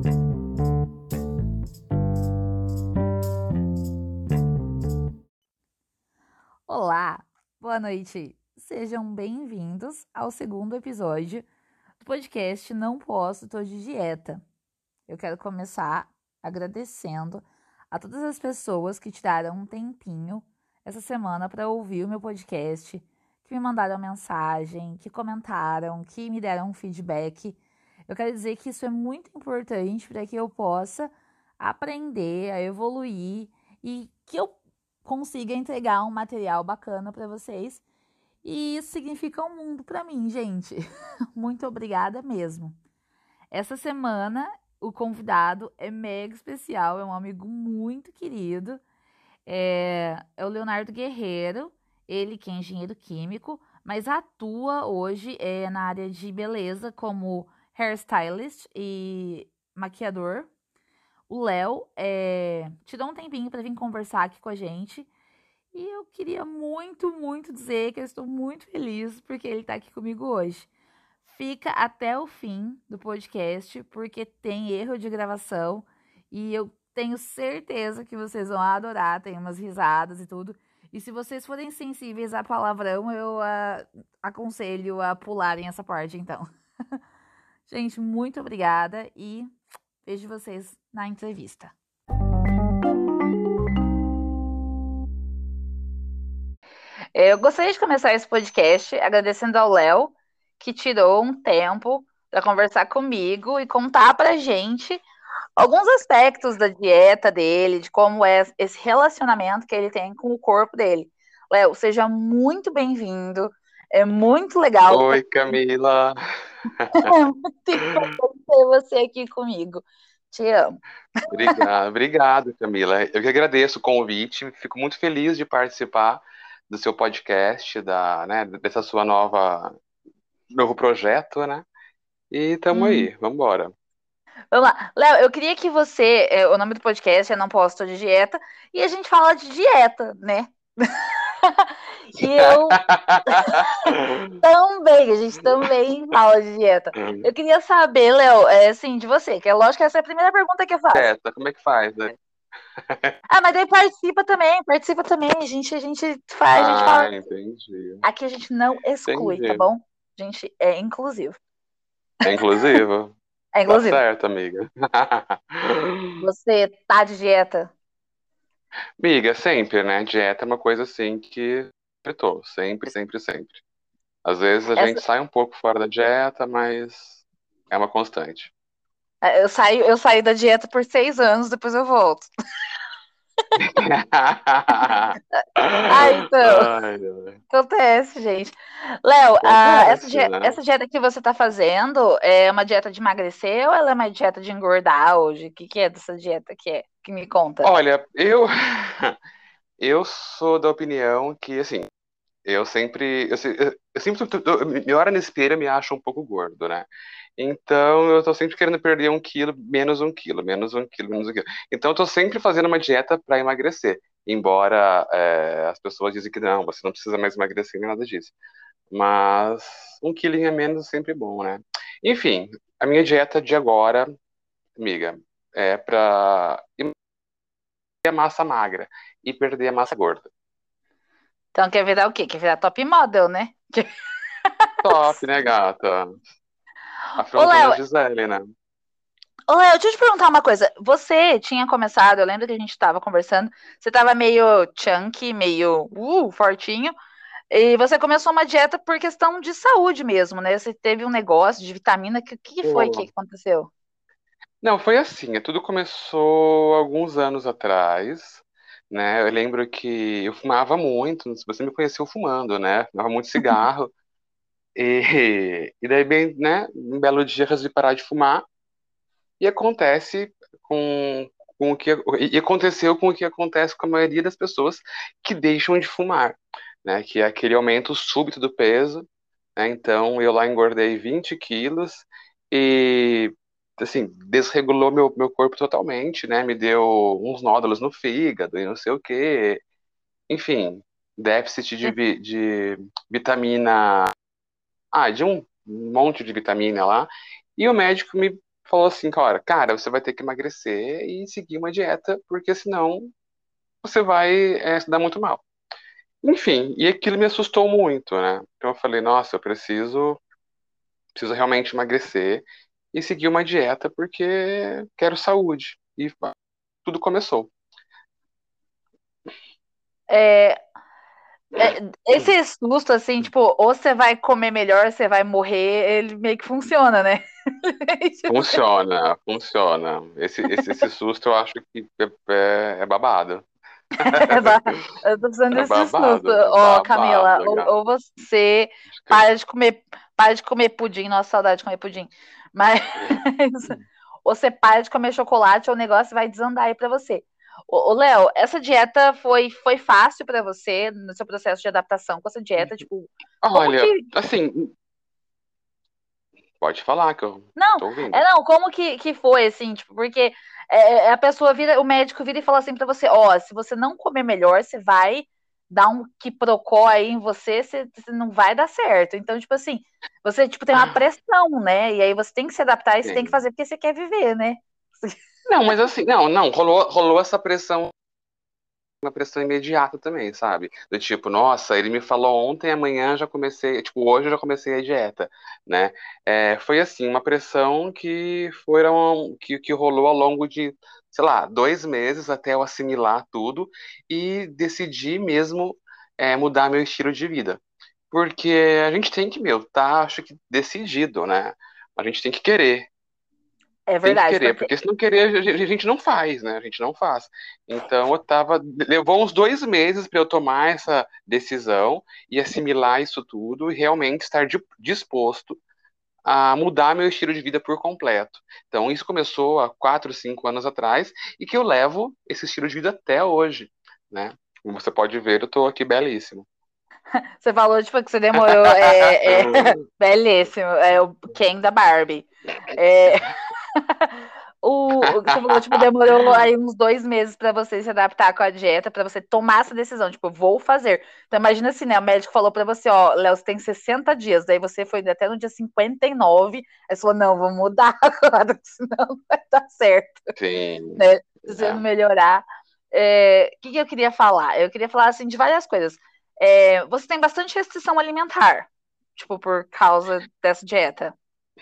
Olá, boa noite. Sejam bem-vindos ao segundo episódio do podcast Não Posso, Tô de Dieta. Eu quero começar agradecendo a todas as pessoas que tiraram um tempinho essa semana para ouvir o meu podcast, que me mandaram mensagem, que comentaram, que me deram um feedback. Eu quero dizer que isso é muito importante para que eu possa aprender, a evoluir e que eu consiga entregar um material bacana para vocês. E isso significa um mundo para mim, gente. Muito obrigada mesmo. Essa semana o convidado é mega especial, é um amigo muito querido. É o Leonardo Guerreiro, ele que é engenheiro químico, mas atua hoje na área de beleza como hairstylist e maquiador. O Léo tirou um tempinho para vir conversar aqui com a gente. E eu queria muito, muito dizer que eu estou muito feliz porque ele está aqui comigo hoje. Fica até o fim do podcast, porque tem erro de gravação e eu tenho certeza que vocês vão adorar, tem umas risadas e tudo. E se vocês forem sensíveis a palavrão, eu aconselho a pularem essa parte, então. Gente, muito obrigada e vejo vocês na entrevista. Eu gostaria de começar esse podcast agradecendo ao Léo, que tirou um tempo para conversar comigo e contar pra gente alguns aspectos da dieta dele, de como é esse relacionamento que ele tem com o corpo dele. Léo, seja muito bem-vindo. É muito legal Oi, Camila. é muito importante ter você aqui comigo. Te amo. Obrigado, Camila. Eu que agradeço o convite. Fico muito feliz de participar do seu podcast, dessa sua novo projeto, né? E tamo aí, vamos embora. Vamos lá. Léo, eu queria que você. O nome do podcast é Não Posso Tô de Dieta. E a gente fala de dieta, né? E eu também, a gente também fala de dieta. Eu queria saber, Léo, assim, de você, que é lógico que essa é a primeira pergunta que eu faço. Como é que faz, né? Ah, mas daí participa também. A gente faz, a gente Ah, fala. entendi. Aqui a gente não exclui, tá Entendi. bom? A gente é inclusivo. É inclusivo? É Tá inclusivo. certo, amiga. Você tá de dieta? Amiga, sempre, né? Dieta é uma coisa assim que eu tô, sempre, sempre, sempre. Às vezes a gente Essa, sai um pouco fora da dieta, mas é uma constante. eu saí da dieta por 6 anos, depois eu volto. Ah, então. Ai, ai. Acontece, gente. Léo, essa, Acontece, né? essa dieta que você está fazendo é uma dieta de emagrecer ou ela é uma dieta de engordar hoje? O que é dessa dieta que é? Que me conta. Olha, eu sou da opinião que, assim, eu sempre me olho no espelho e me acho um pouco gordo, né? Então, eu tô sempre querendo perder 1 quilo, menos 1 quilo, menos 1 quilo, menos 1 quilo. Então, eu tô sempre fazendo uma dieta para emagrecer. Embora as pessoas dizem que não, você não precisa mais emagrecer nem nada disso. Mas 1 quilinho a menos é sempre bom, né? Enfim, a minha dieta de agora, amiga, é pra emagrecer a massa magra e perder a massa gorda. Então quer virar o quê? Quer virar top model, né? Top, né, gata? Ô, Afrontando a Léo, Gisele, né? deixa eu te perguntar uma coisa. Você tinha começado, eu lembro que a gente estava conversando, você estava meio chunky, meio fortinho, e você começou uma dieta por questão de saúde mesmo, né? Você teve um negócio de vitamina, que foi que Pô. aconteceu? Não, foi assim, tudo começou alguns anos atrás, né? Eu lembro que eu fumava muito, se você me conheceu fumando, né? Fumava muito cigarro, e daí, bem, né? Um belo dia resolvi parar de fumar, e acontece com o que, e aconteceu com o que acontece com a maioria das pessoas que deixam de fumar, né? Que é aquele aumento súbito do peso, né? Então, eu lá engordei 20 quilos e, assim, desregulou meu corpo totalmente, né? Me deu uns nódulos no fígado e não sei o quê. Enfim, déficit de vitamina... Ah, de um monte de vitamina lá. E o médico me falou assim, cara, você vai ter que emagrecer e seguir uma dieta, porque senão você vai se dar muito mal. Enfim, e aquilo me assustou muito, né? Então eu falei, nossa, preciso realmente emagrecer e seguir uma dieta porque quero saúde. E tudo começou. É, esse susto, assim, tipo, ou você vai comer melhor, você vai morrer, ele meio que funciona, né? Funciona, funciona. Esse susto eu acho que é babado. Eu tô precisando É desse susto. babado, Ó, Camila, babado, cara. ou você para de comer, para de comer pudim, nossa saudade de comer pudim. Mas ou você para de comer chocolate, ou o negócio vai desandar aí pra você. Ô, Léo, essa dieta foi fácil pra você no seu processo de adaptação com essa dieta? Tipo, como Olha, que. assim, pode falar que eu Não, tô ouvindo. não, como que foi, assim, tipo, porque a pessoa vira, o médico vira e fala assim pra você, ó, se você não comer melhor, você vai dar um quiprocó aí em você, você não vai dar certo. Então, tipo assim, você, tipo, tem uma pressão, né? E aí você tem que se adaptar e você tem que Sim. fazer porque você quer viver, né? Não, mas assim, não, rolou essa pressão, uma pressão imediata também, sabe? Do tipo, nossa, ele me falou ontem, amanhã já comecei, tipo, hoje eu já comecei a dieta, né? Foi assim, uma pressão que rolou ao longo de, sei lá, 2 meses até eu assimilar tudo e decidir mesmo mudar meu estilo de vida. Porque a gente tem que, tá, acho que decidido, né? A gente tem que querer. É Tem que verdade, querer, porque porque se não querer, a gente não faz, né? A gente não faz. Então, levou uns 2 meses para eu tomar essa decisão e assimilar isso tudo e realmente estar disposto a mudar meu estilo de vida por completo. Então, isso começou há 4, 5 anos atrás e que eu levo esse estilo de vida até hoje, né? Como você pode ver, eu tô aqui belíssimo. você falou, tipo, que você demorou, belíssimo, é o Ken da Barbie. É, você falou, tipo, demorou aí uns 2 meses pra você se adaptar com a dieta, pra você tomar essa decisão, tipo, vou fazer. Então imagina assim, né, o médico falou pra você, ó, Léo, você tem 60 dias, daí você foi até no dia 59, aí você falou, não, vou mudar agora, senão não vai dar certo, Sim. né, se você não É. melhorar. O que eu queria falar? Eu queria falar, assim, de várias coisas. Você tem bastante restrição alimentar, tipo, por causa dessa dieta?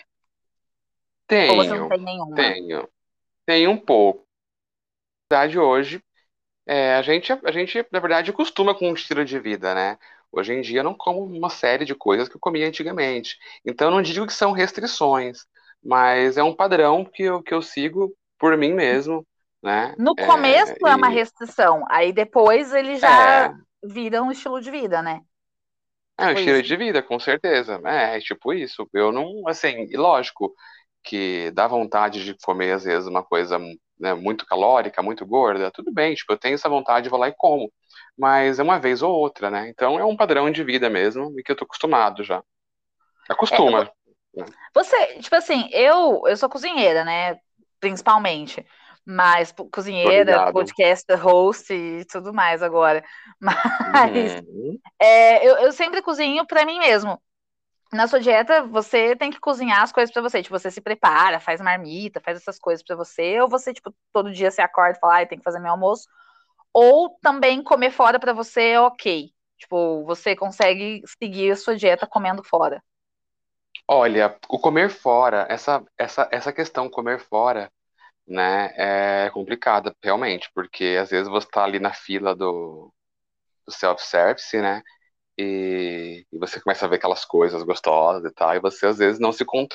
Ou você não Tenho, tem nenhuma? tenho. Tenho um pouco. Na verdade, hoje. A gente, na verdade, acostuma com um estilo de vida, né? Hoje em dia eu não como uma série de coisas que eu comia antigamente. Então eu não digo que são restrições, mas é um padrão que eu sigo por mim mesmo, né? No começo é uma restrição, aí depois ele já É, vira um estilo de vida, né? é um Tipo estilo isso. de vida, com certeza. É tipo isso. Eu não, assim, e lógico que dá vontade de comer, às vezes, uma coisa, né, muito calórica, muito gorda, tudo bem, tipo, eu tenho essa vontade, vou lá e como. Mas é uma vez ou outra, né? Então é um padrão de vida mesmo e que eu tô acostumado já. É, Acostuma, né? você, tipo assim, eu sou cozinheira, né? Principalmente. Mas Tô cozinheira, ligado. podcast, host e tudo mais agora. Mas Uhum. eu sempre cozinho pra mim mesmo. Na sua dieta, você tem que cozinhar as coisas pra você. Tipo, você se prepara, faz marmita, faz essas coisas pra você. Ou você, tipo, todo dia você acorda e fala, ai, tem que fazer meu almoço. Ou também comer fora pra você é ok. Tipo, você consegue seguir a sua dieta comendo fora. Olha, o comer fora, essa questão comer fora, né, é complicada, realmente, porque às vezes você tá ali na fila do self-service, né? E você começa a ver aquelas coisas gostosas e tal, e você às vezes não se controla.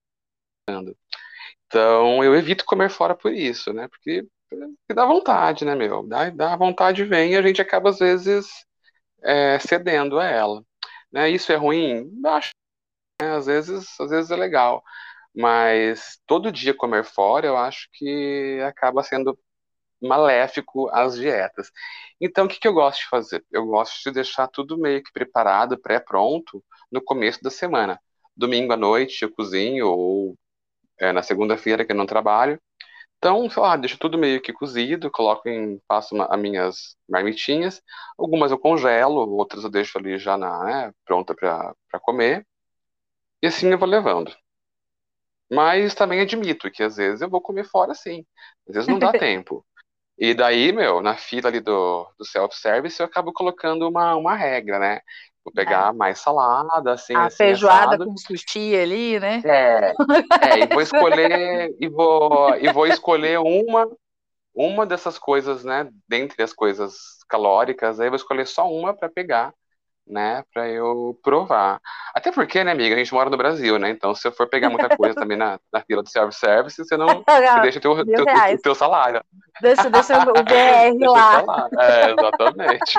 Então eu evito comer fora por isso, né? Porque dá vontade, né, meu? Dá vontade vem e a gente acaba às vezes cedendo a ela. Né? Isso é ruim? Acho, né? Às vezes é legal. Mas todo dia comer fora, eu acho que acaba sendo maléfico às dietas. Então, o que que eu gosto de fazer? Eu gosto de deixar tudo meio que preparado, pré-pronto, no começo da semana. Domingo à noite eu cozinho, ou na segunda-feira que eu não trabalho. Então, sei lá, deixo tudo meio que cozido, faço as minhas marmitinhas. Algumas eu congelo, outras eu deixo ali já pronta para comer. E assim eu vou levando. Mas também admito que às vezes eu vou comer fora sim. Às vezes não dá tempo. E daí, meu, na fila ali do self-service, eu acabo colocando uma regra, né? Vou É. pegar mais salada, assim, A assim, feijoada assado. com sushi ali, né? É, e vou escolher, e vou escolher uma dessas coisas, né? Dentre as coisas calóricas, aí eu vou escolher só uma para pegar, né, pra eu provar. Até porque, né, amiga, a gente mora no Brasil, né? Então, se eu for pegar muita coisa também na fila do self-service, você deixa Mil o reais. teu salário. Deixa o VR Deixa o lá. salário. É, exatamente.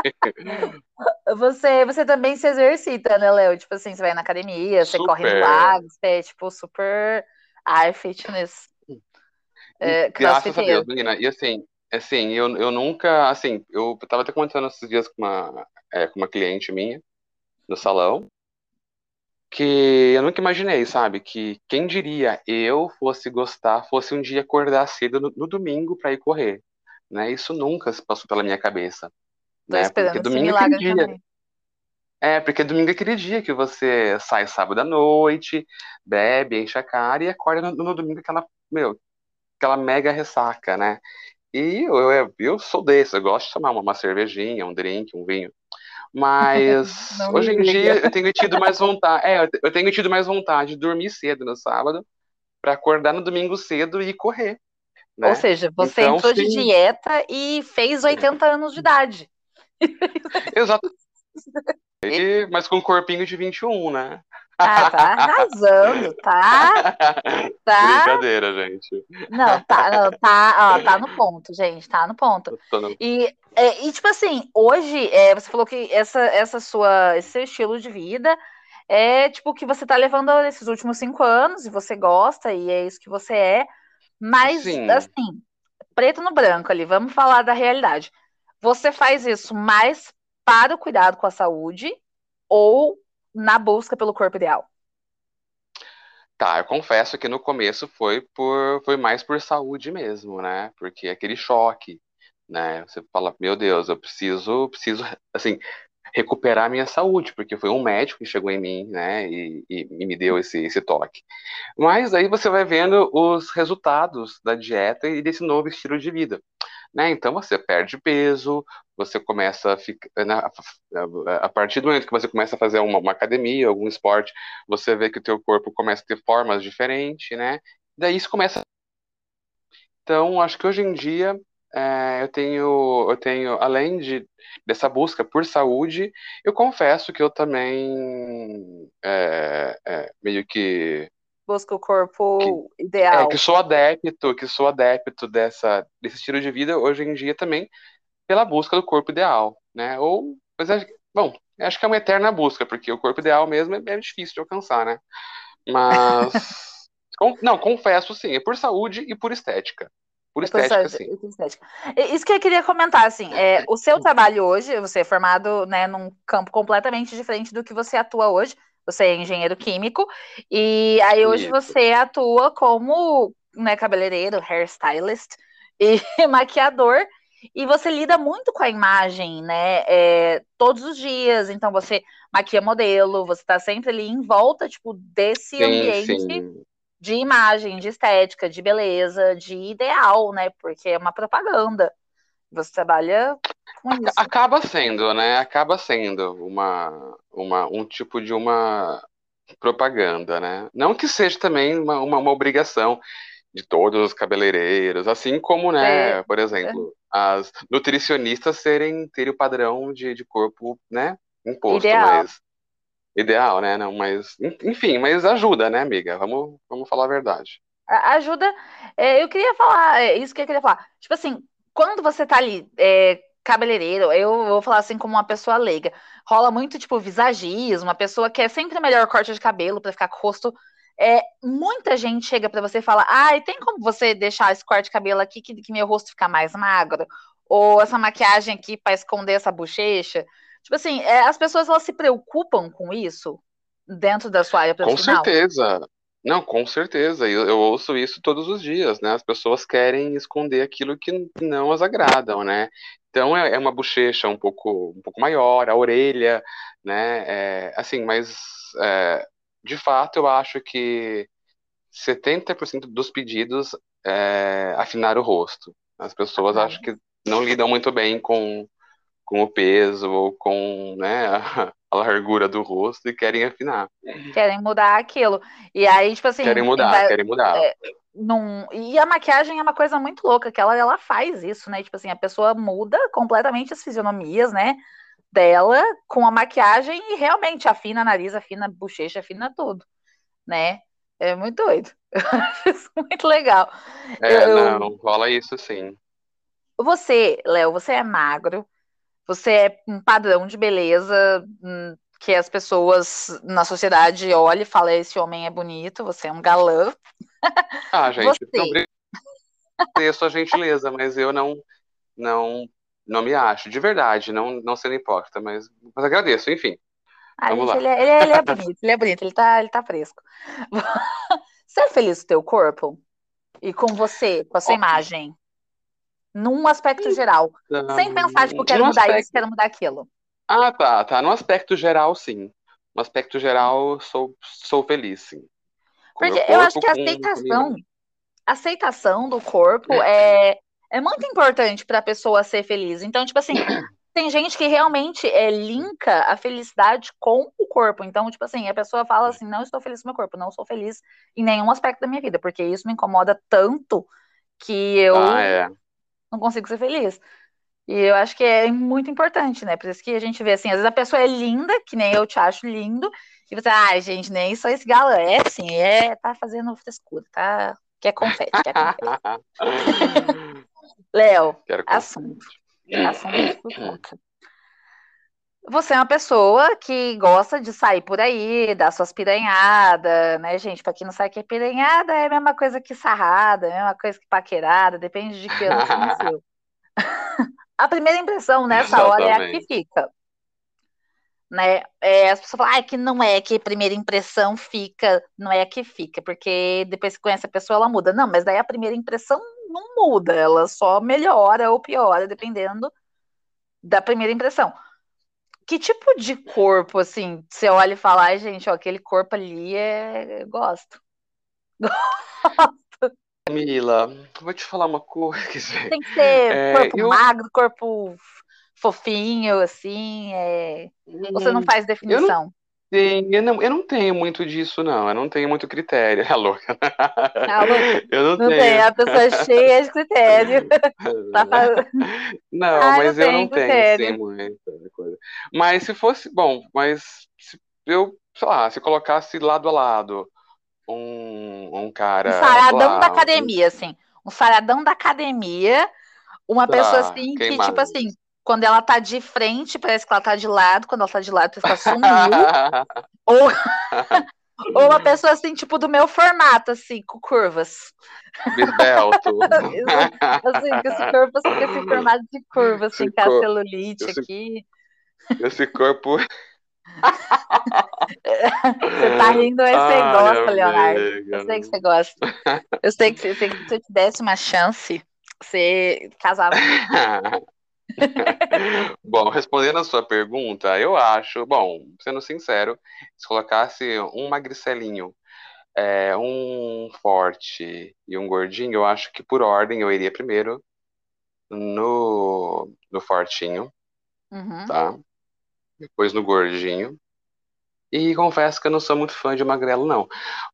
Você também se exercita, né, Léo? Tipo assim, você vai na academia, você corre no Super. lago, você é, tipo, super fitness, Graças a Deus, crossfiteiro. menina. E assim, eu nunca, assim, eu tava até comentando esses dias com uma cliente minha no salão, que eu nunca imaginei, sabe? Que quem diria eu fosse gostar, fosse um dia acordar cedo no domingo para ir correr, né? Isso nunca se passou pela minha cabeça, Tô né? Porque esperando esse domingo é aquele milagre dia. também. Porque domingo é aquele dia que você sai sábado à noite, bebe, enche a cara e acorda no domingo aquela mega ressaca, né? E eu sou desse, eu gosto de tomar uma cervejinha, um drink, um vinho. Mas Não me hoje em liga. dia eu tenho tido mais vontade. Eu tenho tido mais vontade de dormir cedo no sábado para acordar no domingo cedo e ir correr, Ou né? seja, você Então, entrou de sim, dieta e fez 80 anos de idade. exatamente. Mas com um corpinho de 21, né? Ah, tá arrasando, tá. Brincadeira, gente. Não, tá, ó, tá no ponto, gente, tá no ponto. Tô no- E tipo assim, hoje, você falou que esse seu estilo de vida é tipo o que você tá levando esses últimos 5 anos e você gosta e é isso que você é, mas Sim, assim, preto no branco ali, vamos falar da realidade. Você faz isso mais para o cuidado com a saúde ou na busca pelo corpo ideal? tá, eu confesso que no começo foi mais por saúde mesmo, né? Porque aquele choque, né? Você fala, meu Deus, eu preciso, assim, recuperar a minha saúde, porque foi um médico que chegou em mim, né? E me deu esse toque. Mas aí você vai vendo os resultados da dieta e desse novo estilo de vida, né? Então você perde peso, você começa a ficar, né, a partir do momento que você começa a fazer uma academia, algum esporte, você vê que o teu corpo começa a ter formas diferentes, né? Daí isso começa. Então, acho que hoje em dia eu tenho, além dessa busca por saúde, eu confesso que eu também meio Busca o que, corpo que ideal. sou adepto desse estilo de vida hoje em dia também pela busca do corpo ideal, né? Bom, acho que é uma eterna busca, porque o corpo ideal mesmo é difícil de alcançar, né? Mas, não, confesso sim, é por saúde e por estética. Por Depois estética, sim. estética. Isso que eu queria comentar, assim, o seu trabalho hoje, você é formado, né, num campo completamente diferente do que você atua hoje. Você é engenheiro químico e aí hoje Isso. você atua como, né, cabeleireiro, hairstylist e maquiador e você lida muito com a imagem, né, todos os dias. Então você maquia modelo, você está sempre ali em volta, tipo, desse Sim, ambiente sim. de imagem, de estética, de beleza, de ideal, né? Porque é uma propaganda. Você trabalha com isso. Acaba sendo, né? Acaba sendo um tipo de uma propaganda, né? Não que seja também uma obrigação de todos os cabeleireiros, assim como, É, né, por exemplo, as nutricionistas terem o padrão de corpo, né, imposto, ideal. mas ideal, né? Não, mas enfim, mas ajuda, né, amiga? Vamos falar a verdade. Ajuda. Eu queria falar, isso que eu queria falar. Tipo assim, quando você tá ali, cabeleireiro, eu vou falar assim como uma pessoa leiga. Rola muito, tipo, visagismo, uma pessoa que é sempre o melhor corte de cabelo pra ficar com o rosto. Muita gente chega pra você e fala: ai, tem como você deixar esse corte de cabelo aqui que meu rosto ficar mais magro? Ou essa maquiagem aqui pra esconder essa bochecha? Tipo assim, as pessoas elas se preocupam com isso dentro da sua área Com profissional? certeza. Não, com certeza. Eu ouço isso todos os dias, né? As pessoas querem esconder aquilo que não as agradam, né? Então é uma bochecha um pouco maior, a orelha, né? Assim, mas de fato eu acho que 70% dos pedidos é afinar o rosto. As pessoas Ah, acho que não lidam muito bem com o peso ou com, né, a largura do rosto e querem afinar. querem mudar aquilo. E aí, tipo Querem assim, mudar, querem mudar. e a maquiagem é uma coisa muito louca, que ela faz isso, né? Tipo assim, a pessoa muda completamente as fisionomias, né? Dela com a maquiagem e realmente afina nariz, afina bochecha, afina tudo, né? É muito doido. Isso é muito legal. É, Eu, não, rola isso sim. você, Léo, você é magro, você é um padrão de beleza que as pessoas na sociedade olham e falam: esse homem é bonito, você é um galã. Ah, gente, então Você, agradeço a gentileza, mas eu não, não me acho, de verdade, não sendo hipócrita, mas agradeço, enfim, a vamos gente, lá. ele é bonito, ele tá fresco. Você é feliz com o teu corpo? E com você, com a sua Olha, imagem? Num aspecto geral. Sem pensar, tipo, quero no mudar isso, aspecto. quero mudar aquilo. Ah, tá. No aspecto geral, sim. No aspecto geral, sou feliz, sim. Com o Porque meu eu acho corpo, que a com a minha aceitação, imagem. aceitação do corpo é muito importante para a pessoa ser feliz. Então, tipo assim, tem gente que realmente linka a felicidade com o corpo. Então, tipo assim, a pessoa fala assim: não estou feliz com o meu corpo, não sou feliz em nenhum aspecto da minha vida, porque isso me incomoda tanto que Ah, eu é. não consigo ser feliz. E eu acho que é muito importante, né? Por isso que a gente vê assim, às vezes a pessoa é linda, que nem eu te acho lindo, e você, ai, gente, nem sou esse galã. É assim, tá fazendo frescura, tá? Quer confete, quer confete. Léo, Quero assunto. confete. Assunto de fofoca. Você é uma pessoa que gosta de sair por aí, dar suas piranhadas, né, gente? Pra quem não sabe o que é piranhada, é a mesma coisa que sarrada, é a mesma coisa que paquerada, depende de que ano você nasceu. A primeira impressão nessa hora é a que Exatamente. fica. Né? As pessoas falam, que não é que a primeira impressão fica, não é que fica, porque depois que conhece a pessoa, ela muda. Não, mas daí a primeira impressão não muda, ela só melhora ou piora, dependendo da primeira impressão. Que tipo de corpo, assim, você olha e fala, ai, gente, ó, aquele corpo ali eu gosto. Mila, vou te falar uma coisa. Quer dizer, Tem que ser corpo eu, magro, corpo fofinho, assim, você não faz eu não definição. eu não tenho muito disso, não. Eu não tenho muito critério. É louca. Ah, louca. Eu não Não tem, tenho. a pessoa é cheia de critério. Tá fazendo... Não, Ai, não mas eu não tem tenho, sim, critério. muita coisa. Mas se fosse, bom, mas se eu, sei lá, se colocasse lado a lado um Um cara, sei saradão da lá, academia, assim. Um saradão da academia, uma pessoa tá, assim quem que, tipo mais? assim, quando ela tá de frente, parece que ela tá de lado, quando ela tá de lado, parece que ela sumiu. Ou, ou uma pessoa assim, tipo, do meu formato, assim, com curvas. Bisbelto. Assim, com esse corpo, assim, com esse formato de curva, Esse, assim, com a co- celulite esse, aqui. esse corpo. Você tá rindo, mas você Ai, gosta, Leonardo. Eu amiga. sei que você gosta. Eu sei que se eu te desse uma chance, você casava comigo. Bom, respondendo a sua pergunta, eu acho, bom, sendo sincero, se colocasse um magricelinho, um forte e um gordinho, eu acho que por ordem eu iria primeiro no fortinho, Uhum. tá? Depois no gordinho. E confesso que eu não sou muito fã de magrelo, não.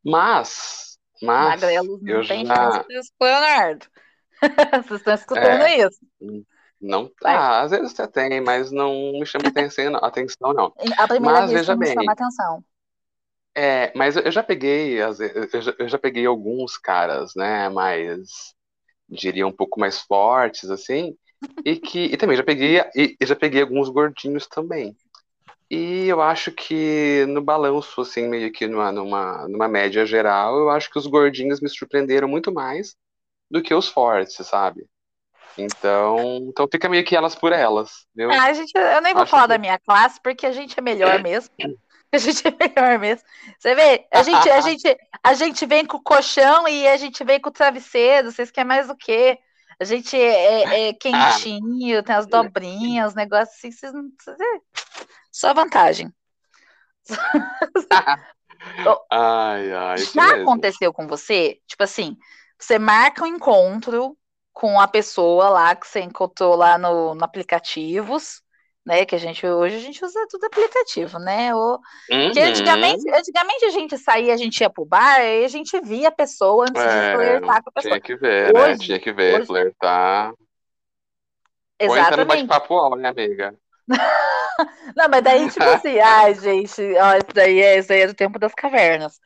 Mas, Magrelos eu não tem chance já. com isso, Leonardo. Vocês estão escutando É, isso? não. Vai. Às vezes até tem, mas não me chama atenção, não. A primeira Mas vista veja não chama bem. atenção. Mas eu já peguei, eu já peguei alguns caras, né, mais, diria, um pouco mais fortes, assim, e também já peguei alguns gordinhos também. E eu acho que no balanço, assim, meio que numa média geral, eu acho que os gordinhos me surpreenderam muito mais do que os fortes, sabe? Então fica meio que elas por elas, viu? Eu nem vou Acho falar que. da minha classe, porque a gente é melhor mesmo. A gente é melhor mesmo. Você vê, a gente vem com o colchão e a gente vem com o travesseiro. Vocês querem mais o quê? A gente é quentinho, tem as dobrinhas, os negócios assim. Só vantagem. Ai, ai, isso Já mesmo. aconteceu com você? Tipo assim, você marca um encontro com a pessoa lá que você encontrou lá no aplicativos, né? Que hoje a gente usa tudo aplicativo, né? Que Uhum. antigamente a gente saía, a gente ia pro bar e a gente via a pessoa antes de É, flertar com a pessoa. tinha que ver, né? Tinha Hoje, que ver, hoje, flertar. Ou entrar no exatamente. bate-papo UOL, né, amiga? Não, mas daí, tipo assim, ai, gente, ó, isso daí é do tempo das cavernas.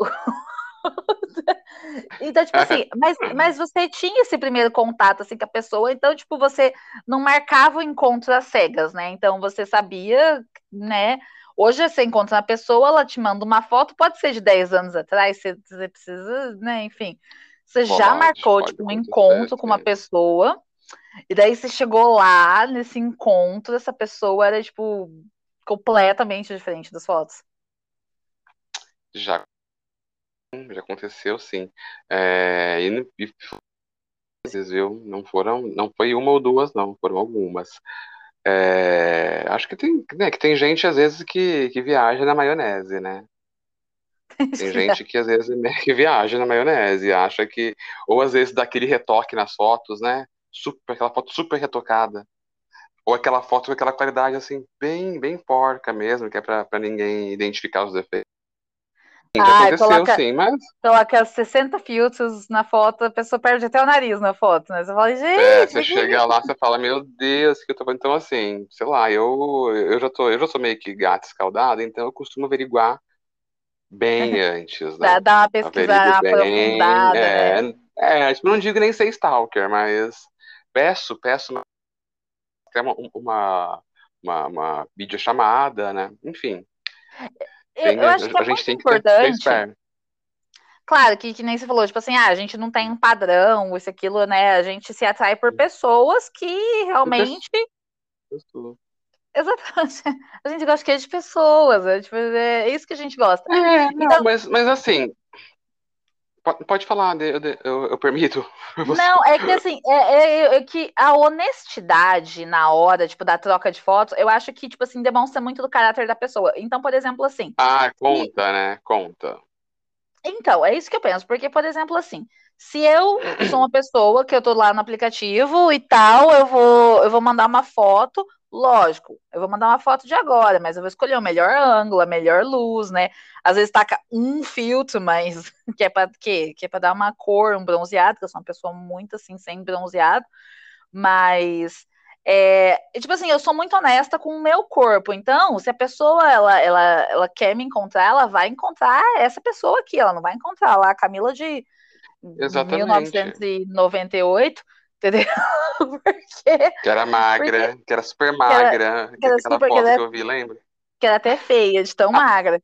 Então, tipo assim, mas você tinha esse primeiro contato assim com a pessoa, então, tipo, você não marcava o encontro às cegas, né? Então você sabia, né? Hoje você encontra uma pessoa, ela te manda uma foto, pode ser de 10 anos atrás, você precisa, né? Enfim, você já marcou, Pode tipo, um acontecer, encontro com uma sim. pessoa, e daí você chegou lá nesse encontro, essa pessoa era, tipo, completamente diferente das fotos. Já, já aconteceu, sim. É, e vezes, viu? Não foi uma ou duas, não, foram algumas. É, acho que tem, né, que tem gente, às vezes, que viaja na maionese, né? Tem gente que, às vezes, que viaja na maionese e acha que... Ou, às vezes, dá aquele retoque nas fotos, né? Aquela foto super retocada. Ou aquela foto com aquela qualidade, assim, bem porca mesmo, que é pra ninguém identificar os defeitos. Sim, já Ah, aconteceu, sim, mas coloca 60 filtros na foto, a pessoa perde até o nariz na foto, né? Você fala, gente, você chega lá, você fala, meu Deus, que eu tô fazendo? Então, assim, sei lá, eu já sou meio que gato escaldado, então eu costumo averiguar bem antes, né? dá uma pesquisa Averigo bem, aprofundada, né? tipo, não digo nem ser stalker, mas peço até uma videochamada, né? Enfim, Eu acho que é a gente muito tem que ser importante. esperto. Claro que nem você falou, tipo assim, a gente não tem um padrão, isso, aquilo, né? A gente se atrai por pessoas que Por realmente. pessoa. Exatamente. A gente gosta que é de pessoas, tipo, é isso que a gente gosta. É, não, Então, mas assim, pode falar, eu permito você. não, é que assim, é que a honestidade na hora, tipo, da troca de fotos, eu acho que, tipo assim, demonstra muito do caráter da pessoa. Então, por exemplo, assim, Ah, se- conta, né? Conta. então, é isso que eu penso, porque, por exemplo, assim, se eu sou uma pessoa que eu tô lá no aplicativo e tal, eu vou mandar uma foto, lógico, eu vou mandar uma foto de agora, mas eu vou escolher o melhor ângulo, a melhor luz, né? Às vezes taca um filtro, mas que é para quê? Que é para dar uma cor, um bronzeado, que eu sou uma pessoa muito assim, sem bronzeado, mas tipo assim, eu sou muito honesta com o meu corpo. Então, se a pessoa ela quer me encontrar, ela vai encontrar essa pessoa aqui. Ela não vai encontrar lá a Camila de Exatamente. 1998, entendeu? Porque, Que era magra, porque que era super que era, magra, que era aquela super, foto que eu vi, lembra? que era até feia, de tão magra.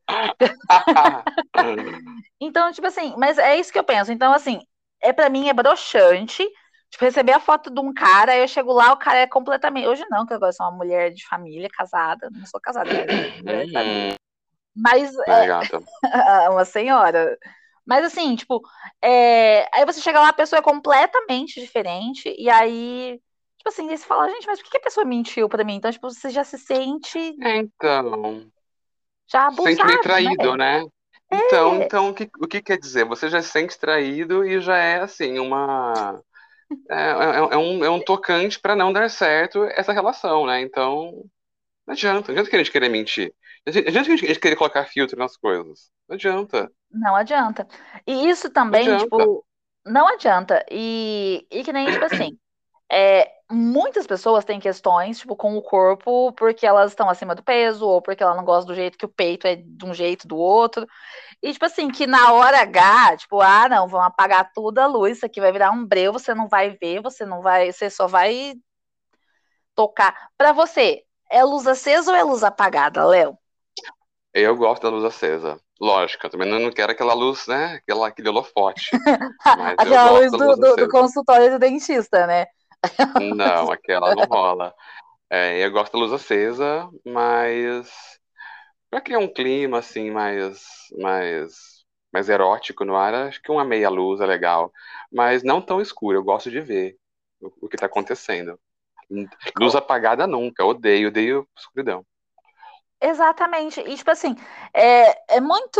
Então, tipo assim, mas é isso que eu penso. Então, assim, para mim é broxante. Tipo, receber a foto de um cara, aí eu chego lá, o cara é completamente. Hoje não, que eu sou uma mulher de família, casada. Não sou casada, mas mulher de família. Mas Né, gata? uma senhora. Mas assim, tipo, aí você chega lá, a pessoa é completamente diferente, e aí, tipo assim, aí você fala, gente, mas por que a pessoa mentiu pra mim? Então, tipo, você já se sente Então, já se sente meio abusado, né? traído, né? É, Então o que quer dizer? Você já se sente traído e já é assim, é um tocante para não dar certo essa relação, né? Então, não adianta que a gente querer mentir. Não adianta que a gente querer colocar filtro nas coisas. Não adianta, não adianta. E isso não também, adianta. tipo, não adianta. E que nem, tipo assim, muitas pessoas têm questões, tipo, com o corpo porque elas estão acima do peso, ou porque ela não gosta do jeito que o peito é de um jeito do outro. E, tipo assim, que na hora H, tipo, não, vão apagar tudo a luz, isso aqui vai virar um breu, você não vai ver, você só vai tocar. Pra você, é luz acesa ou é luz apagada, Léo? Eu gosto da luz acesa. Lógico, eu também não quero aquela luz, né? Aquele holofote. Mas eu Aquela gosto luz da luz do acesa. consultório do dentista, né? Não, aquela não rola. É, eu gosto da luz acesa, mas pra criar um clima assim mais erótico no ar, acho que uma meia luz é legal. Mas não tão escuro, eu gosto de ver o que tá acontecendo. Luz apagada nunca, odeio escuridão. Exatamente. E, tipo assim, é muito.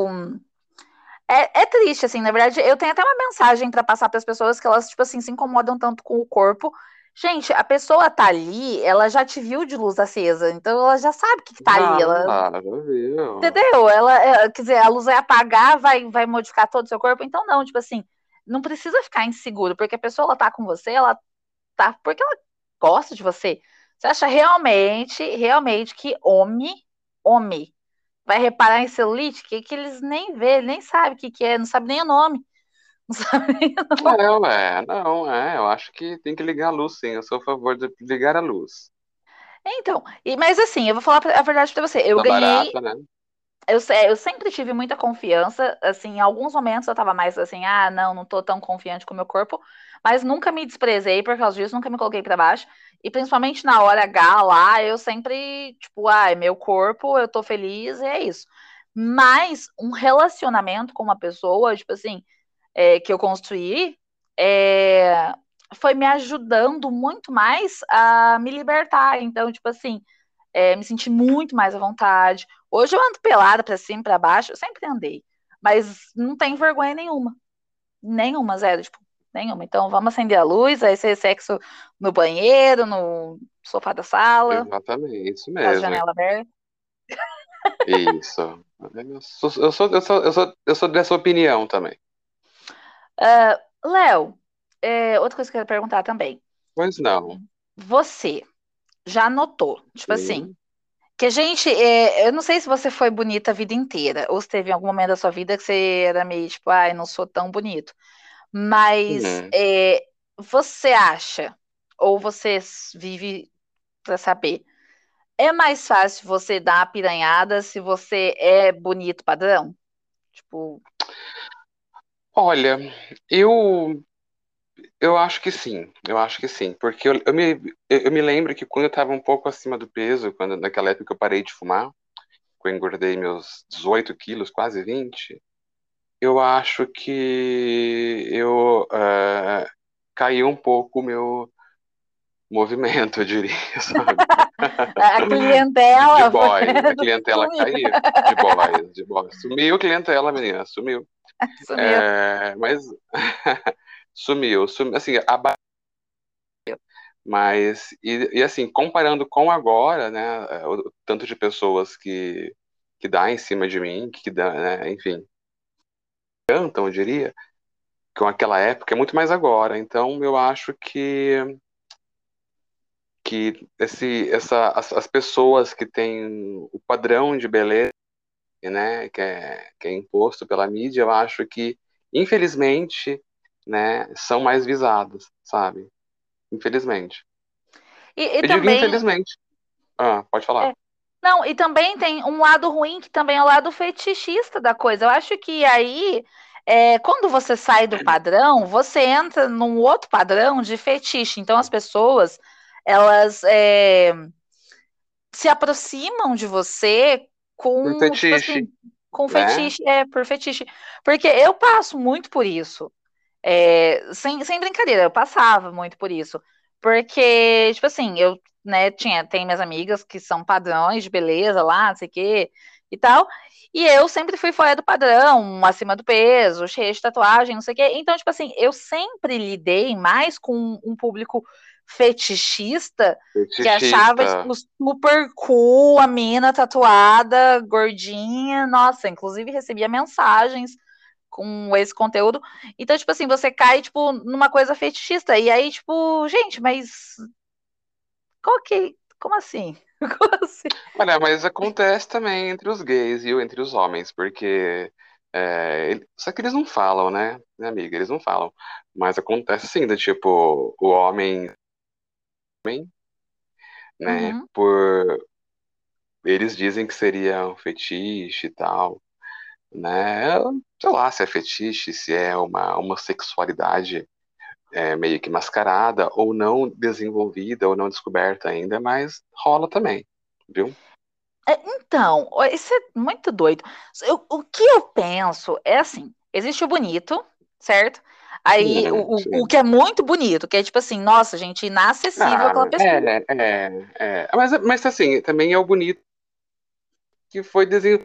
É triste, assim, na verdade. Eu tenho até uma mensagem pra passar para as pessoas que elas, tipo assim, se incomodam tanto com o corpo. Gente, a pessoa tá ali, ela já te viu de luz acesa, então ela já sabe o que tá ali. Ela, Já viu. entendeu? Quer dizer, a luz vai apagar, vai modificar todo o seu corpo. Então, não, tipo assim, não precisa ficar inseguro, porque a pessoa ela tá com você, ela tá porque ela gosta de você. Você acha realmente que homem, vai reparar em celulite, que eles nem vê, nem sabem o que é, não sabe nem o nome. Não sabe nem o nome. Não, eu acho que tem que ligar a luz, sim. Eu sou a favor de ligar a luz. Então, mas assim, eu vou falar a verdade pra você. Eu Tá ganhei. barata, né? Eu sempre tive muita confiança, assim, em alguns momentos eu tava mais assim, ah, não tô tão confiante com o meu corpo, mas nunca me desprezei por causa disso, nunca me coloquei pra baixo, e principalmente na hora H lá, eu sempre, tipo, ah, é meu corpo, eu tô feliz e é isso. Mas um relacionamento com uma pessoa, tipo assim, que eu construí, é, foi me ajudando muito mais a me libertar, então, tipo assim, me senti muito mais à vontade. Hoje eu ando pelada pra cima e pra baixo, eu sempre andei, mas não tenho vergonha nenhuma, nenhuma, zero, tipo, nenhuma. Então vamos acender a luz, aí ser sexo no banheiro, no sofá da sala, Exatamente, isso com a mesmo. janela aberta. Isso. Eu sou dessa opinião também. Léo, outra coisa que eu quero perguntar também. Pois não. Você já notou, tipo assim, Sim. que a gente, eu não sei se você foi bonita a vida inteira, ou se teve em algum momento da sua vida que você era meio tipo, ai, não sou tão bonito. Mas Hum. você acha, ou você vive para saber, é mais fácil você dar uma piranhada se você é bonito padrão? Tipo, Olha, eu, eu acho que sim. Eu acho que sim. Porque eu me lembro que quando eu estava um pouco acima do peso, quando naquela época que eu parei de fumar, que eu engordei meus 18 quilos, quase 20, eu acho que eu caiu um pouco o meu movimento, eu diria, sabe? a De clientela boy, a clientela sumiu, caiu. De boy, de boy. Sumiu a clientela, menina, sumiu. sumiu. Mas sumiu, assim, mas e assim, comparando com agora, né, o tanto de pessoas que dá em cima de mim, que dá, né, enfim, cantam, eu diria, com aquela época é muito mais agora. Então eu acho que as pessoas que têm o padrão de beleza, né, que é imposto pela mídia, eu acho que, infelizmente, né, são mais visadas, sabe? Infelizmente. E Eu digo também, infelizmente. Ah, pode falar. é, não, e também tem um lado ruim que também é o lado fetichista da coisa. Eu acho que aí, quando você sai do padrão, você entra num outro padrão de fetiche. Então as pessoas, elas se aproximam de você Por com, tipo fetiche, assim, com né? fetiche, por fetiche. Porque eu passo muito por isso. Sem brincadeira, eu passava muito por isso. Porque, tipo assim, eu, né, tem minhas amigas que são padrões de beleza lá, não sei o quê, e tal. E eu sempre fui fora do padrão, acima do peso, cheia de tatuagem, não sei o quê. Então, tipo assim, eu sempre lidei mais com um público fetichista que achava, Fetichista. tipo, super cool a mina tatuada, gordinha. Nossa, inclusive recebia mensagens com esse conteúdo. Então, tipo assim, você cai, tipo, numa coisa fetichista. E aí, tipo, gente, mas como assim? Como assim? Olha, mas acontece também entre os gays e entre os homens, porque só que eles não falam, né, amiga? Eles não falam. Mas acontece sim, do tipo, o homem, né, Uhum. por eles dizem que seria um fetiche e tal, né? Sei lá se é fetiche, se é uma homossexualidade meio que mascarada, ou não desenvolvida, ou não descoberta ainda, mas rola também, viu? Então, isso é muito doido. O que eu penso é assim: existe o bonito, certo? Aí, o Sim. que é muito bonito, que é tipo assim, nossa, gente, inacessível Ah, aquela pessoa. mas assim, também é o bonito. que foi desenvolvido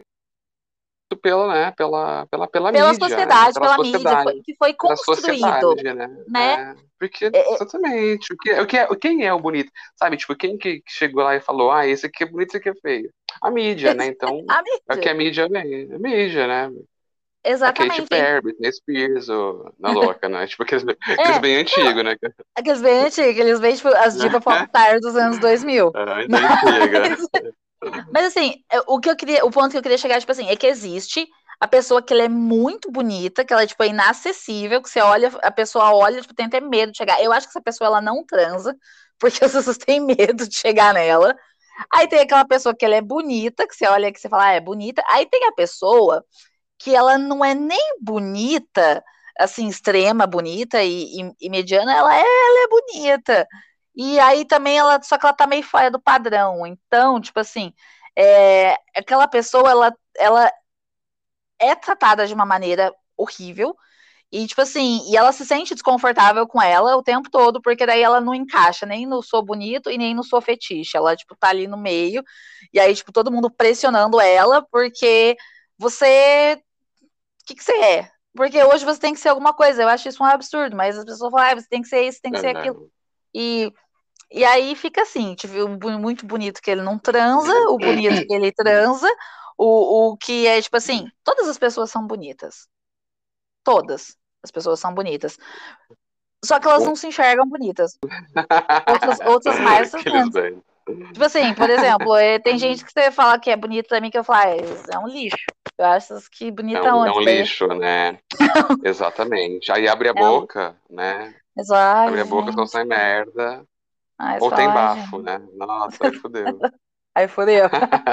pela Pela mídia, né? sociedade, Pela pela mídia, sociedade, que foi pela construído, sociedade, né? né? Porque, É, é, exatamente, quem é o bonito? Sabe, tipo, quem que chegou lá e falou, esse aqui é bonito, esse aqui é feio? A mídia, né? Então, a é o que mídia. a mídia vem, a mídia, né? A Katy Exatamente. Perry, Britney Spears, na louca, né? Tipo, aqueles É, bem antigos, né? aqueles bem antigos, aqueles bem, tipo, as divas popstar dos anos 2000. Da antiga. Mas assim, o ponto que eu queria chegar, tipo assim, é que existe a pessoa que ela é muito bonita, que ela tipo, é inacessível, que você olha, a pessoa olha, tipo, tem até medo de chegar. Eu acho que essa pessoa ela não transa, porque as pessoas têm medo de chegar nela. Aí tem aquela pessoa que ela é bonita, que você olha que você fala, é bonita. Aí tem a pessoa que ela não é nem bonita, assim, extrema bonita e mediana, ela é bonita. E aí também só que ela tá meio fora do padrão. Então, tipo assim, aquela pessoa, ela é tratada de uma maneira horrível. E, tipo assim, e ela se sente desconfortável com ela o tempo todo, porque daí ela não encaixa nem no sou bonito e nem no sou fetiche. Ela, tipo, tá ali no meio. E aí, tipo, todo mundo pressionando ela, porque você que você é? Porque hoje você tem que ser alguma coisa. Eu acho isso um absurdo, mas as pessoas falam, você tem que ser isso, tem que ser aquilo. E, e aí fica assim, tive muito bonito que ele não transa, o bonito que ele transa, o que é tipo assim, todas as pessoas são bonitas. Todas as pessoas são bonitas. Só que elas não se enxergam bonitas. Outras mais, outras Aqueles menos. bem. Tipo assim, por exemplo, tem gente que você fala que é bonito pra mim, que eu falo, isso é um lixo. Eu acho que bonita É onde? um Daí lixo, né? Exatamente. Aí abre a é um lixo. boca, né? Mas, ai, Abre a boca, só gente. sai merda. Aí você Ou fala, tem ai, bafo, gente. né? Nossa, aí fodeu. Aí fodeu.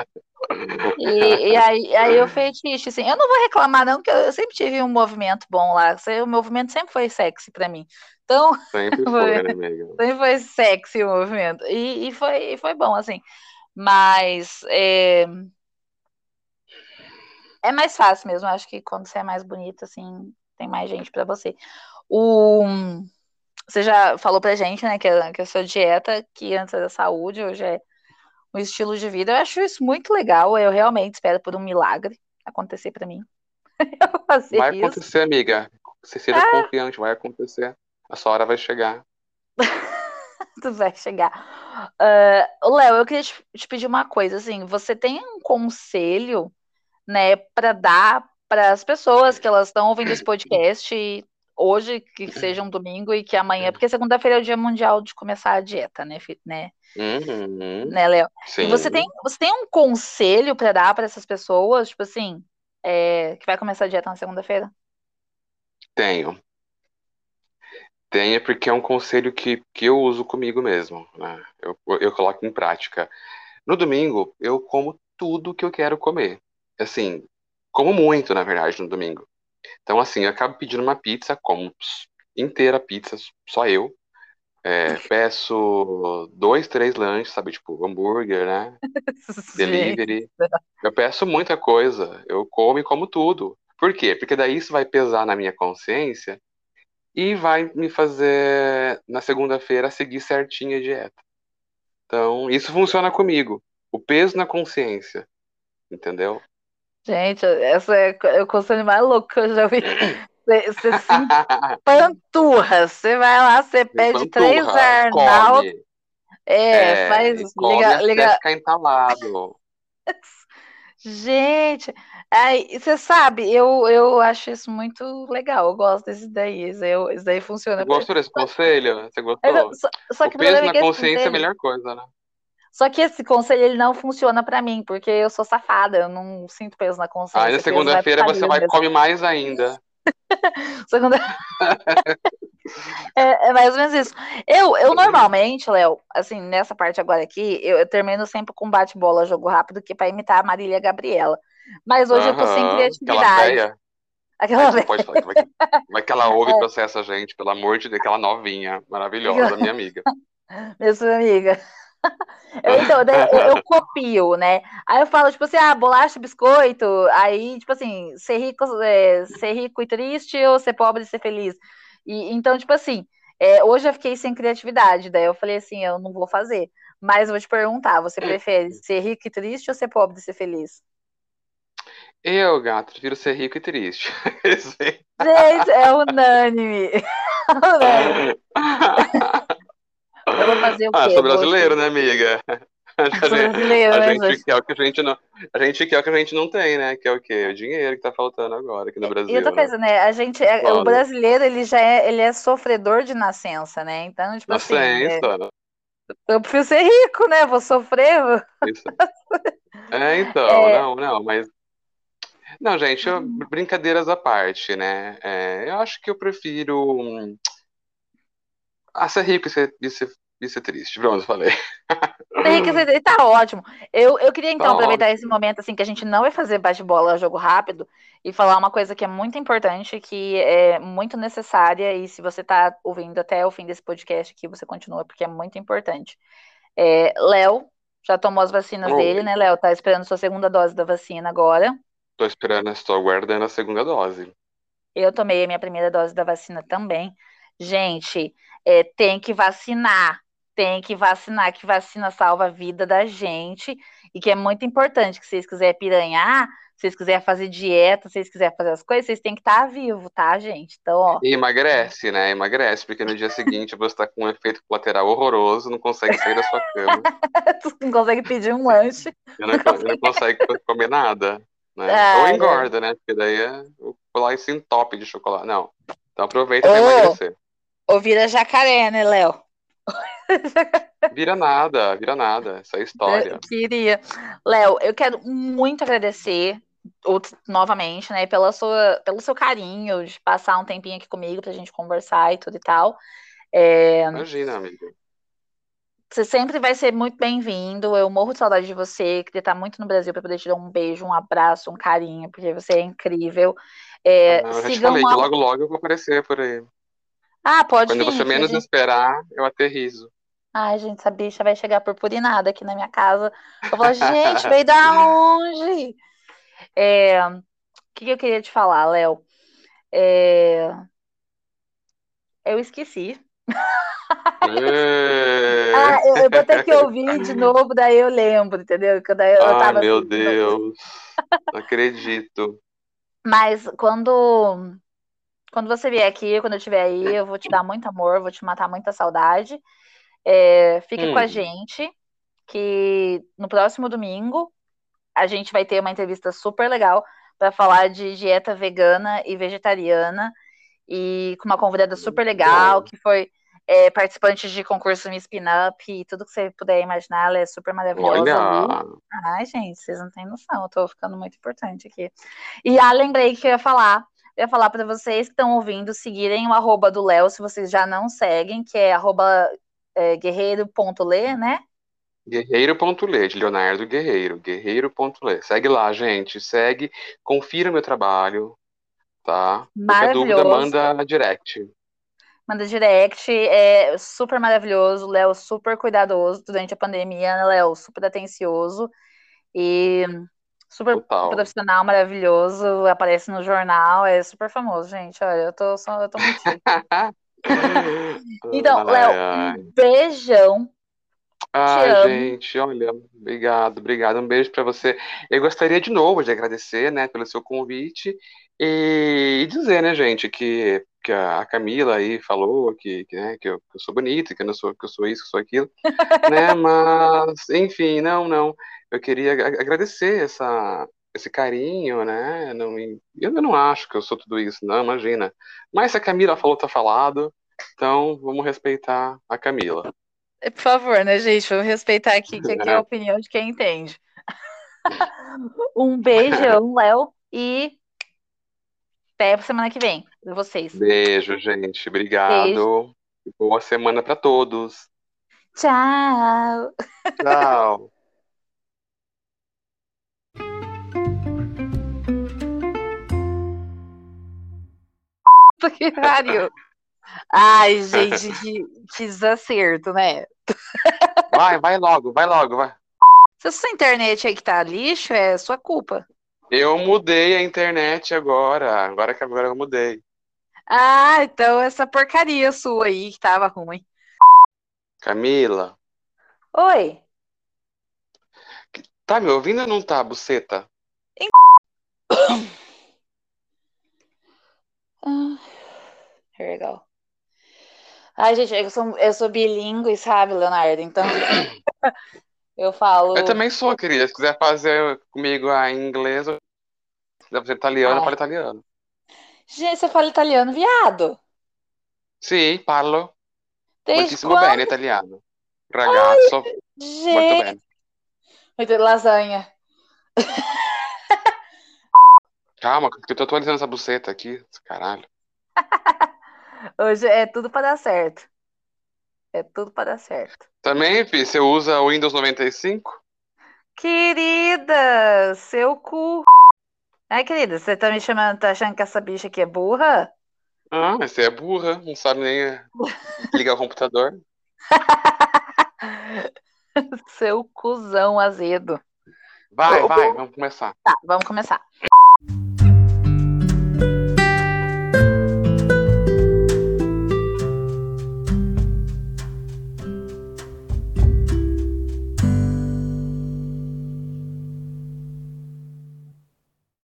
E aí o fetiche, assim, eu não vou reclamar, não, que eu sempre tive um movimento bom lá. O movimento sempre foi sexy pra mim. Então, Sempre foi, né, amiga? sempre foi sexy o movimento. E foi bom, assim. Mas é mais fácil mesmo. Acho que quando você é mais bonita, assim, tem mais gente pra você. O, você já falou pra gente, né, que a sua dieta, que antes era saúde, hoje é um estilo de vida. Eu acho isso muito legal. Eu realmente espero por um milagre acontecer pra mim. Eu vou fazer Vai isso. acontecer, amiga. Você seja Ah, confiante, vai acontecer. A sua hora vai chegar. tu vai chegar. Léo, eu queria te pedir uma coisa, assim, você tem um conselho, né, para dar para as pessoas que elas estão ouvindo esse podcast hoje, que seja um domingo e que amanhã, porque segunda-feira é o dia mundial de começar a dieta, né, Uhum. né, Léo? E você tem, Sim, você tem um conselho para dar para essas pessoas, tipo assim, que vai começar a dieta na segunda-feira? tenho. Tenha, porque é um conselho que eu uso comigo mesmo, né? Eu coloco em prática. No domingo, eu como tudo que eu quero comer. Assim, como muito, na verdade, no domingo. Então, assim, eu acabo pedindo uma pizza, como inteira a pizza, só eu. Peço dois, três lanches, sabe? Tipo, hambúrguer, né? Gente. Delivery. Eu peço muita coisa. Eu como e como tudo. Por quê? Porque daí isso vai pesar na minha consciência e vai me fazer, na segunda-feira, seguir certinho a dieta. Então, isso funciona comigo. O peso na consciência, entendeu? Gente, essa é o conselho mais louco que eu já vi. Você se empanturra, você vai lá, você pede três Empanturra, Arnaldo, come, faz, e come liga, até liga. ficar entalado. Gente, aí, você sabe, eu acho isso muito legal, eu gosto desse daí, isso daí Você funciona pra mim. gostou desse conselho? Você Mas gostou? só O que o peso problema é na que esse consciência é a conselho, melhor coisa, né? só que esse conselho ele não funciona pra mim, porque eu sou safada, eu não sinto peso na Aí na consciência, peso vai pro segunda-feira você caminho vai e mesmo. come mais ainda. Só quando é mais ou menos isso. Eu normalmente, Léo, assim, nessa parte agora aqui, eu termino sempre com bate-bola, jogo rápido, que é pra imitar a Marília Gabriela. Mas hoje eu tô sem Aham, aquela criatividade. véia. A Aquela gente não velha. pode falar que vai que ela ouve e processa a gente, pelo amor de Deus, aquela novinha maravilhosa, minha amiga. Minha sua amiga. Então, daí eu copio, né? Aí eu falo, tipo assim, bolacha, biscoito. Aí, tipo assim, ser rico e triste ou ser pobre e ser feliz. Então, tipo assim, hoje eu fiquei sem criatividade. Daí eu falei assim, eu não vou fazer. Mas eu vou te perguntar, você prefere ser rico e triste ou ser pobre e ser feliz? Eu, gato, prefiro ser rico e triste. Isso aí. Gente, é unânime. Unânime. Eu vou fazer o Ah, quê? sou brasileiro, né, amiga? Sou brasileira, A né, gente gente? quer o que a gente não, a gente quer o que a gente não tem, né? Que é o quê? O dinheiro que tá faltando agora aqui no E outra Brasil, né? coisa, né? A gente, o Foda. brasileiro, ele é sofredor de nascença, né? Então, tipo assim, Nascença, eu prefiro ser rico, né? Vou sofrer. isso. É, então, É, não, mas. Não, gente, brincadeiras à parte, né? Eu acho que eu prefiro ser rico e ser triste. Pronto, falei. Henrique, você tá ótimo. Eu queria Tá então aproveitar esse ótimo. momento assim que a gente não vai fazer bate-bola, jogo rápido, e falar uma coisa que é muito importante, que é muito necessária, e se você tá ouvindo até o fim desse podcast aqui, você continua, porque é muito importante. Léo já tomou as vacinas dele, Oi. né, Léo? Tá esperando sua segunda dose da vacina agora. Tô esperando, estou aguardando a segunda dose. Eu tomei a minha primeira dose da vacina também. Gente, tem que vacinar. Tem que vacinar, que vacina salva a vida da gente. E que é muito importante que se vocês quiserem piranhar, se vocês quiserem fazer dieta, se vocês quiserem fazer as coisas, vocês têm que estar vivo, tá, gente? Então, ó, E emagrece, né? Emagrece, porque no dia seguinte você tá com um efeito colateral horroroso, não consegue sair da sua cama, tu não consegue pedir um lanche. Não e não consegue... consegue comer nada, né? Ou Ai, ai. engorda, né? Porque daí o pular e se entope de chocolate. Não. Então aproveita para Ô, emagrecer. ô, vira jacaré, né, Léo? Vira nada. Essa é a história. Queria. Léo, eu quero muito agradecer novamente, né, pelo seu carinho de passar um tempinho aqui comigo pra gente conversar e tudo e tal. É, Imagina, amiga. você sempre vai ser muito bem-vindo. Eu morro de saudade de você. Queria estar muito no Brasil para poder te dar um beijo, um abraço, um carinho, porque você é incrível. Eu já te Sigam falei que lá. logo logo eu vou aparecer por aí. Ah, pode Quando você vir, que a menos gente. esperar, eu aterrizo. Ai, gente, essa bicha vai chegar purpurinada aqui na minha casa. Eu vou falar, gente, veio da onde? O que eu queria te falar, Léo? É, eu esqueci. Ah, eu vou ter que ouvir de novo, daí eu lembro, entendeu? Que daí eu Ai, tava meu assim. Deus. Não acredito. Mas quando você vier aqui, quando eu estiver aí, eu vou te dar muito amor, vou te matar muita saudade. Fique com a Hum, gente, que no próximo domingo a gente vai ter uma entrevista super legal para falar de dieta vegana e vegetariana e com uma convidada super legal, bom. que foi participante de concurso Miss Pinup e tudo que você puder imaginar, ela é super maravilhosa ali. Olha. Ai, gente, vocês não têm noção, eu tô ficando muito importante aqui. E lembrei que eu ia falar. Eu ia falar para vocês que estão ouvindo seguirem o arroba do Léo, se vocês já não seguem, que é arroba guerreiro.lê, né? Guerreiro.lê, de Leonardo Guerreiro. Guerreiro.lê. Segue lá, gente. Segue. Confira meu trabalho, tá? Qualquer dúvida, Maravilhoso. manda direct. Manda direct, é super maravilhoso. Léo super cuidadoso durante a pandemia, né, Léo super atencioso e super Total. profissional, maravilhoso. Aparece no jornal, é super famoso, gente. Olha, eu tô muito chique. Então, Ai, Léo, um ai. beijão. Te Ai, amo. gente, olha, obrigado, obrigado. Um beijo para você. Eu gostaria de novo de agradecer, né, pelo seu convite e dizer, né, gente, que a Camila aí falou né, que eu sou bonita, que eu sou isso, que eu sou aquilo, né? Mas, enfim, não. Eu queria agradecer esse carinho, né? Não, eu não acho que eu sou tudo isso, não, imagina. Mas se a Camila falou, tá falado. Então, vamos respeitar a Camila. Por favor, né, gente? Vamos respeitar aqui, que aqui é a opinião de quem entende. Um beijão, Léo, e até semana que vem, pra vocês. Beijo, gente. Beijo. Obrigado. Boa semana para todos. Tchau. Tchau. Que pariu. Ai, gente, que desacerto, né? Vai logo, vai logo, vai. Se a sua internet aí que tá lixo, é sua culpa. Eu mudei a internet agora. Agora eu mudei. Ah, então essa porcaria sua aí que tava ruim. Camila, Oi. tá me ouvindo ou não tá, buceta? Ah, here we go. Ai, gente, eu sou bilíngue, sabe, Leonardo? Então, eu Eu falo. também sou, querida. Se quiser fazer comigo em inglês, se quiser fazer italiano, eu Ai, falo italiano. gente, você fala italiano, viado? Sì, parlo Desde moltissimo bene quando? italiano. Ragazzo, molto Gente, bene. muita lasanha. Calma, que eu tô atualizando essa buceta aqui. Caralho. Hoje é tudo para dar certo. É tudo para dar certo. Também, fi, você usa o Windows 95? Querida, seu cu. Ai, querida, você tá me chamando, tá achando que essa bicha aqui é burra? Ah, mas você é burra, não sabe nem ligar o computador. Seu cuzão azedo. Vai, O vai, povo- vamos começar. Tá, vamos começar.